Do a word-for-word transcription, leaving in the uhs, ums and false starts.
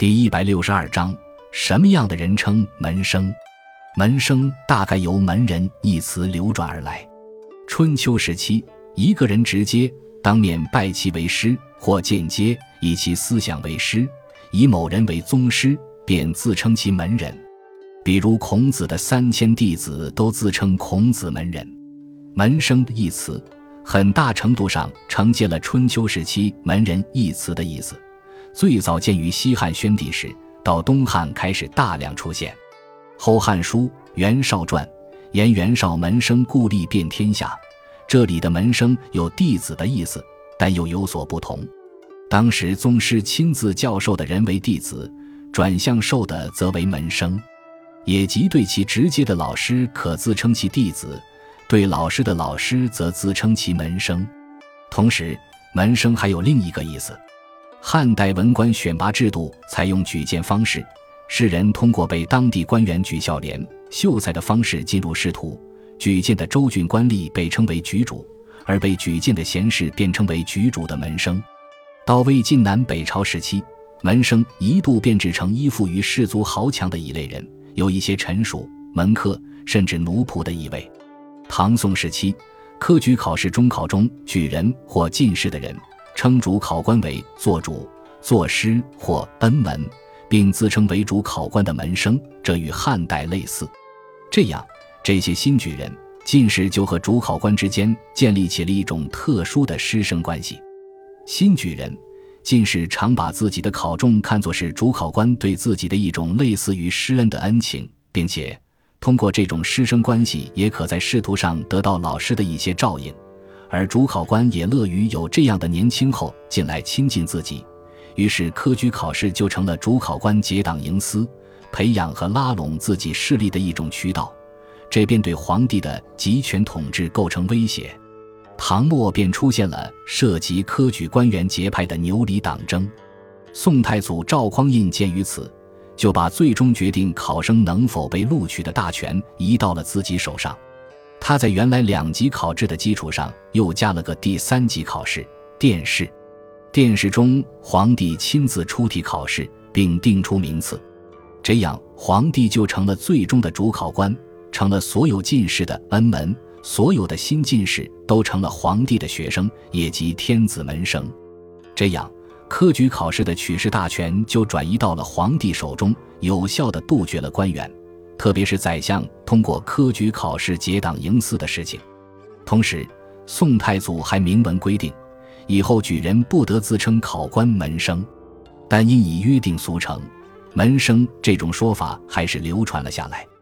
第一百六十二章，什么样的人称门生？门生大概由门人一词流转而来。春秋时期，一个人直接当面拜其为师，或间接以其思想为师，以某人为宗师，便自称其门人。比如孔子的三千弟子都自称孔子门人。门生一词很大程度上承接了春秋时期门人一词的意思，最早见于西汉宣帝时，到东汉开始大量出现。后汉书《袁绍传》言袁绍门生故吏遍天下，这里的门生有弟子的意思，但又有所不同。当时宗师亲自教授的人为弟子，转向授的则为门生，也即对其直接的老师可自称其弟子，对老师的老师则自称其门生。同时门生还有另一个意思。汉代文官选拔制度采用举荐方式，士人通过被当地官员举孝廉、秀才的方式进入仕途，举荐的州郡官吏被称为举主，而被举荐的贤士便称为举主的门生。到魏晋南北朝时期，门生一度变质成依附于士族豪强的一类人，有一些臣属、门客甚至奴仆的意味。唐宋时期，科举考试中考中举人或进士的人称主考官为作主、作师或恩门，并自称为主考官的门生，这与汉代类似。这样，这些新举人、进士就和主考官之间建立起了一种特殊的师生关系。新举人、进士常把自己的考中看作是主考官对自己的一种类似于师恩的恩情，并且通过这种师生关系也可在仕途上得到老师的一些照应，而主考官也乐于有这样的年轻后进来亲近自己，于是科举考试就成了主考官结党营私、培养和拉拢自己势力的一种渠道，这便对皇帝的集权统治构成威胁。唐末便出现了涉及科举官员结派的牛李党争。宋太祖赵匡胤鉴于此，就把最终决定考生能否被录取的大权移到了自己手上。他在原来两级考制的基础上又加了个第三级考试殿试。殿试中皇帝亲自出题考试，并定出名次，这样皇帝就成了最终的主考官，成了所有进士的恩门，所有的新进士都成了皇帝的学生，也即天子门生。这样科举考试的取士大权就转移到了皇帝手中，有效地杜绝了官员，特别是宰相通过科举考试结党营私的事情。同时宋太祖还明文规定，以后举人不得自称考官门生，但因已约定俗成，门生这种说法还是流传了下来。